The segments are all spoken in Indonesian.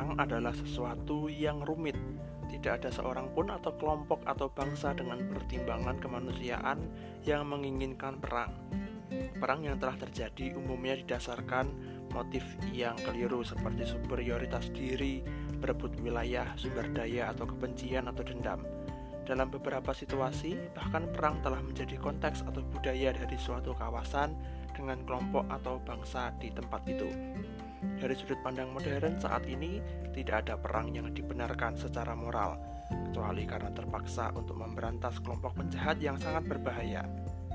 Perang adalah sesuatu yang rumit. Tidak ada seorang pun atau kelompok atau bangsa dengan pertimbangan kemanusiaan yang menginginkan perang. Perang yang telah terjadi umumnya didasarkan motif yang keliru seperti superioritas diri, berebut wilayah, sumber daya, atau kebencian atau dendam. Dalam beberapa situasi, bahkan perang telah menjadi konteks atau budaya dari suatu kawasan dengan kelompok atau bangsa di tempat itu. Dari sudut pandang modern saat ini, tidak ada perang yang dibenarkan secara moral, kecuali karena terpaksa untuk memberantas kelompok penjahat yang sangat berbahaya.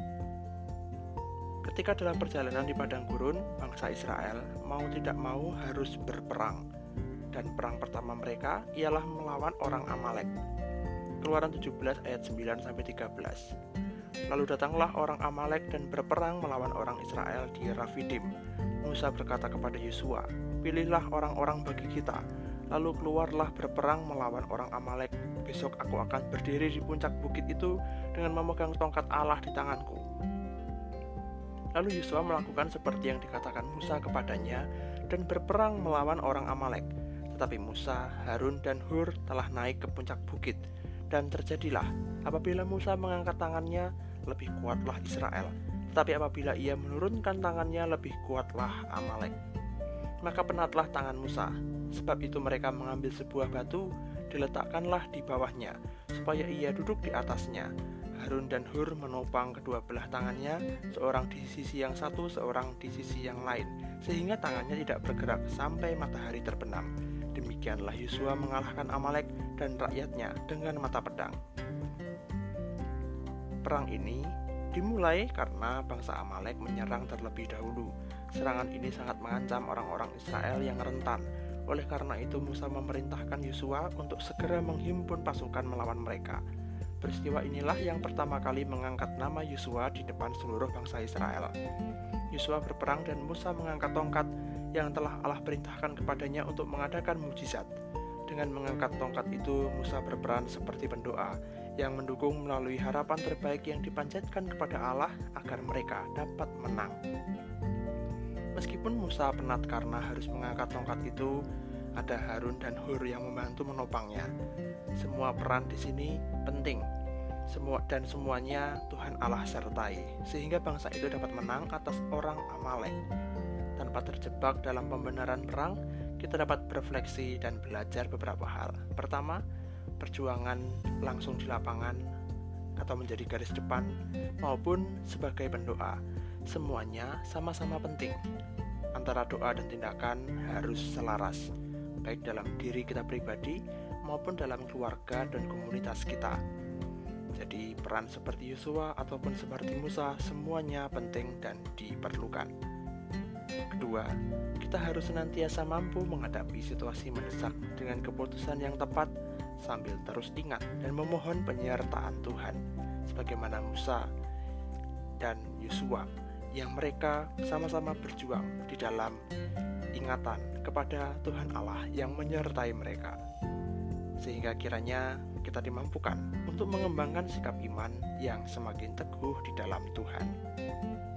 Ketika dalam perjalanan di padang gurun, bangsa Israel mau tidak mau harus berperang. Dan perang pertama mereka ialah melawan orang Amalek. Keluaran 17 ayat 9-13. Lalu datanglah orang Amalek dan berperang melawan orang Israel di Rafidim. Musa berkata kepada Yosua, "Pilihlah orang-orang bagi kita, lalu keluarlah berperang melawan orang Amalek. Besok aku akan berdiri di puncak bukit itu dengan memegang tongkat Allah di tanganku." Lalu Yosua melakukan seperti yang dikatakan Musa kepadanya dan berperang melawan orang Amalek. Tetapi Musa, Harun, dan Hur telah naik ke puncak bukit. Dan terjadilah, apabila Musa mengangkat tangannya, lebih kuatlah Israel. Tetapi apabila ia menurunkan tangannya, lebih kuatlah Amalek. Maka penatlah tangan Musa. Sebab itu mereka mengambil sebuah batu, diletakkanlah di bawahnya, supaya ia duduk di atasnya. Harun dan Hur menopang kedua belah tangannya, seorang di sisi yang satu, seorang di sisi yang lain, sehingga tangannya tidak bergerak sampai matahari terbenam. Demikianlah Yosua mengalahkan Amalek dan rakyatnya dengan mata pedang. Perang ini dimulai karena bangsa Amalek menyerang terlebih dahulu. Serangan ini sangat mengancam orang-orang Israel yang rentan. Oleh karena itu Musa memerintahkan Yosua untuk segera menghimpun pasukan melawan mereka. Peristiwa inilah yang pertama kali mengangkat nama Yosua di depan seluruh bangsa Israel. Yosua berperang dan Musa mengangkat tongkat yang telah Allah perintahkan kepadanya untuk mengadakan mujizat. Dengan mengangkat tongkat itu, Musa berperan seperti pendoa yang mendukung melalui harapan terbaik yang dipanjatkan kepada Allah agar mereka dapat menang. Meskipun Musa penat karena harus mengangkat tongkat itu, ada Harun dan Hur yang membantu menopangnya. Semua peran di sini penting. Semuanya Tuhan Allah sertai, sehingga bangsa itu dapat menang atas orang Amalek. Tanpa terjebak dalam pembenaran perang, kita dapat berefleksi dan belajar beberapa hal. Pertama, perjuangan langsung di lapangan atau menjadi garis depan maupun sebagai pendoa, semuanya sama-sama penting. Antara doa dan tindakan harus selaras, baik dalam diri kita pribadi maupun dalam keluarga dan komunitas kita. Jadi peran seperti Yosua ataupun seperti Musa semuanya penting dan diperlukan. Kedua, kita harus senantiasa mampu menghadapi situasi mendesak dengan keputusan yang tepat sambil terus ingat dan memohon penyertaan Tuhan, sebagaimana Musa dan Yosua yang mereka sama-sama berjuang di dalam ingatan kepada Tuhan Allah yang menyertai mereka, sehingga kiranya kita dimampukan untuk mengembangkan sikap iman yang semakin teguh di dalam Tuhan.